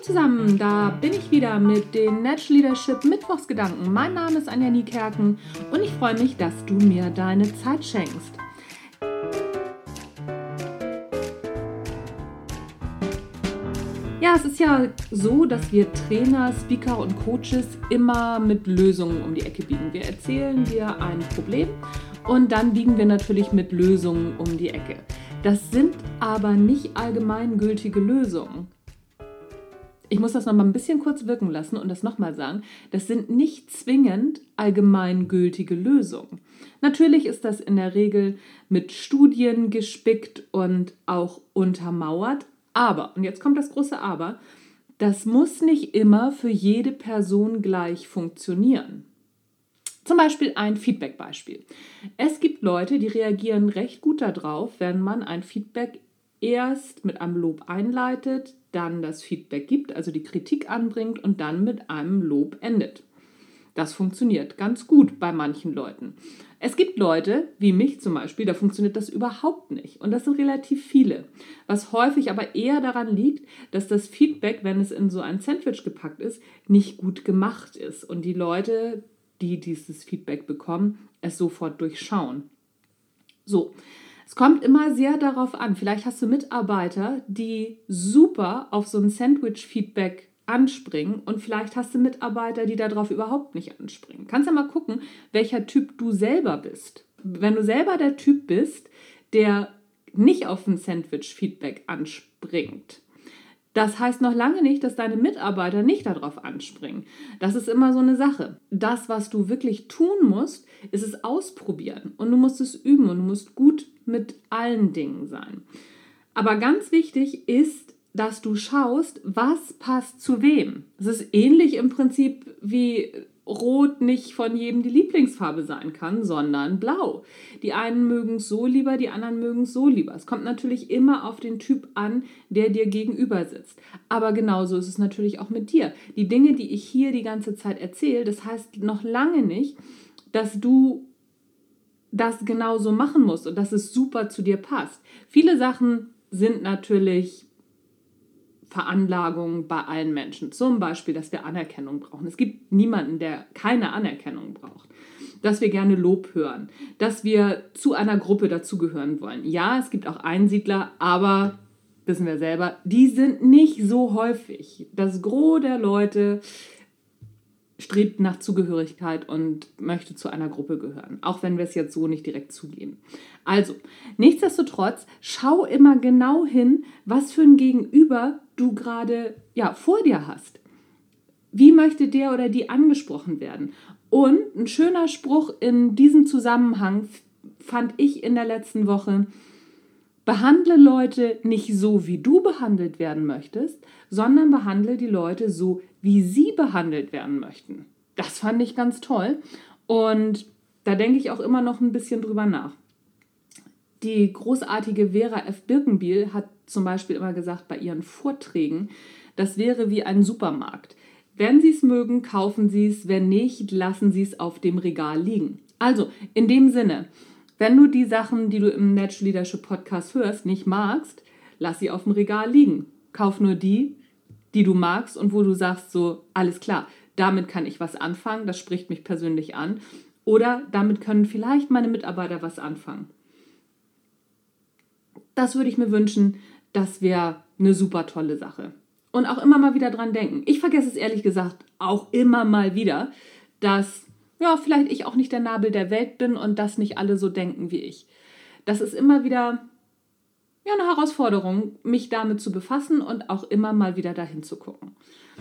zusammen, da bin ich wieder mit den Natural Leadership Mittwochsgedanken. Mein Name ist Anja Niekerken und ich freue mich, dass du mir deine Zeit schenkst. Ja, es ist ja so, dass wir Trainer, Speaker und Coaches immer mit Lösungen um die Ecke biegen. Wir erzählen dir ein Problem und dann biegen wir natürlich mit Lösungen um die Ecke. Das sind aber nicht allgemeingültige Lösungen. Ich muss das nochmal ein bisschen kurz wirken lassen und das nochmal sagen. Das sind nicht zwingend allgemeingültige Lösungen. Natürlich ist das in der Regel mit Studien gespickt und auch untermauert. Aber, und jetzt kommt das große Aber, das muss nicht immer für jede Person gleich funktionieren. Zum Beispiel ein Feedback-Beispiel. Es gibt Leute, die reagieren recht gut darauf, wenn man ein Feedback erst mit einem Lob einleitet, dann das Feedback gibt, also die Kritik anbringt und dann mit einem Lob endet. Das funktioniert ganz gut bei manchen Leuten. Es gibt Leute, wie mich zum Beispiel, da funktioniert das überhaupt nicht. Und das sind relativ viele. Was häufig aber eher daran liegt, dass das Feedback, wenn es in so ein Sandwich gepackt ist, nicht gut gemacht ist. Und die Leute, die dieses Feedback bekommen, es sofort durchschauen. So. Es kommt immer sehr darauf an. Vielleicht hast du Mitarbeiter, die super auf so ein Sandwich-Feedback anspringen und vielleicht hast du Mitarbeiter, die darauf überhaupt nicht anspringen. Kannst ja mal gucken, welcher Typ du selber bist. Wenn du selber der Typ bist, der nicht auf ein Sandwich-Feedback anspringt, das heißt noch lange nicht, dass deine Mitarbeiter nicht darauf anspringen. Das ist immer so eine Sache. Das, was du wirklich tun musst, ist es ausprobieren. Und du musst es üben und du musst gut mit allen Dingen sein. Aber ganz wichtig ist, dass du schaust, was passt zu wem. Es ist ähnlich im Prinzip wie Rot nicht von jedem die Lieblingsfarbe sein kann, sondern Blau. Die einen mögen es so lieber, die anderen mögen es so lieber. Es kommt natürlich immer auf den Typ an, der dir gegenüber sitzt. Aber genauso ist es natürlich auch mit dir. Die Dinge, die ich hier die ganze Zeit erzähle, das heißt noch lange nicht, dass du das genauso machen musst und dass es super zu dir passt. Viele Sachen sind natürlich Veranlagungen bei allen Menschen. Zum Beispiel, dass wir Anerkennung brauchen. Es gibt niemanden, der keine Anerkennung braucht. Dass wir gerne Lob hören. Dass wir zu einer Gruppe dazugehören wollen. Ja, es gibt auch Einsiedler, aber, wissen wir selber, die sind nicht so häufig. Das Gros der Leute strebt nach Zugehörigkeit und möchte zu einer Gruppe gehören, auch wenn wir es jetzt so nicht direkt zugeben. Also, nichtsdestotrotz, schau immer genau hin, was für ein Gegenüber du gerade vor dir hast. Wie möchte der oder die angesprochen werden? Und ein schöner Spruch in diesem Zusammenhang fand ich in der letzten Woche: Behandle Leute nicht so, wie du behandelt werden möchtest, sondern behandle die Leute so, wie sie behandelt werden möchten. Das fand ich ganz toll und da denke ich auch immer noch ein bisschen drüber nach. Die großartige Vera F. Birkenbiel hat zum Beispiel immer gesagt bei ihren Vorträgen, das wäre wie ein Supermarkt. Wenn Sie es mögen, kaufen Sie es, wenn nicht, lassen Sie es auf dem Regal liegen. Also in dem Sinne, wenn du die Sachen, die du im Natural Leadership Podcast hörst, nicht magst, lass sie auf dem Regal liegen. Kauf nur die du magst und wo du sagst so, alles klar, damit kann ich was anfangen, das spricht mich persönlich an. Oder damit können vielleicht meine Mitarbeiter was anfangen. Das würde ich mir wünschen, das wäre eine super tolle Sache. Und auch immer mal wieder dran denken. Ich vergesse es ehrlich gesagt auch immer mal wieder, dass vielleicht ich auch nicht der Nabel der Welt bin und dass nicht alle so denken wie ich. Das ist immer wieder eine Herausforderung, mich damit zu befassen und auch immer mal wieder dahin zu gucken.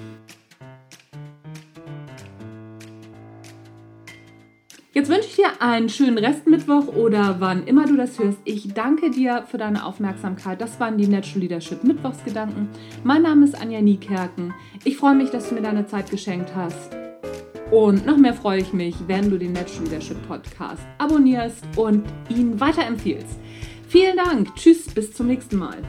Jetzt wünsche ich dir einen schönen Restmittwoch oder wann immer du das hörst. Ich danke dir für deine Aufmerksamkeit. Das waren die Natural Leadership Mittwochsgedanken. Mein Name ist Anja Niekerken. Ich freue mich, dass du mir deine Zeit geschenkt hast. Und noch mehr freue ich mich, wenn du den Natural Leadership Podcast abonnierst und ihn weiterempfiehlst. Vielen Dank. Tschüss, bis zum nächsten Mal.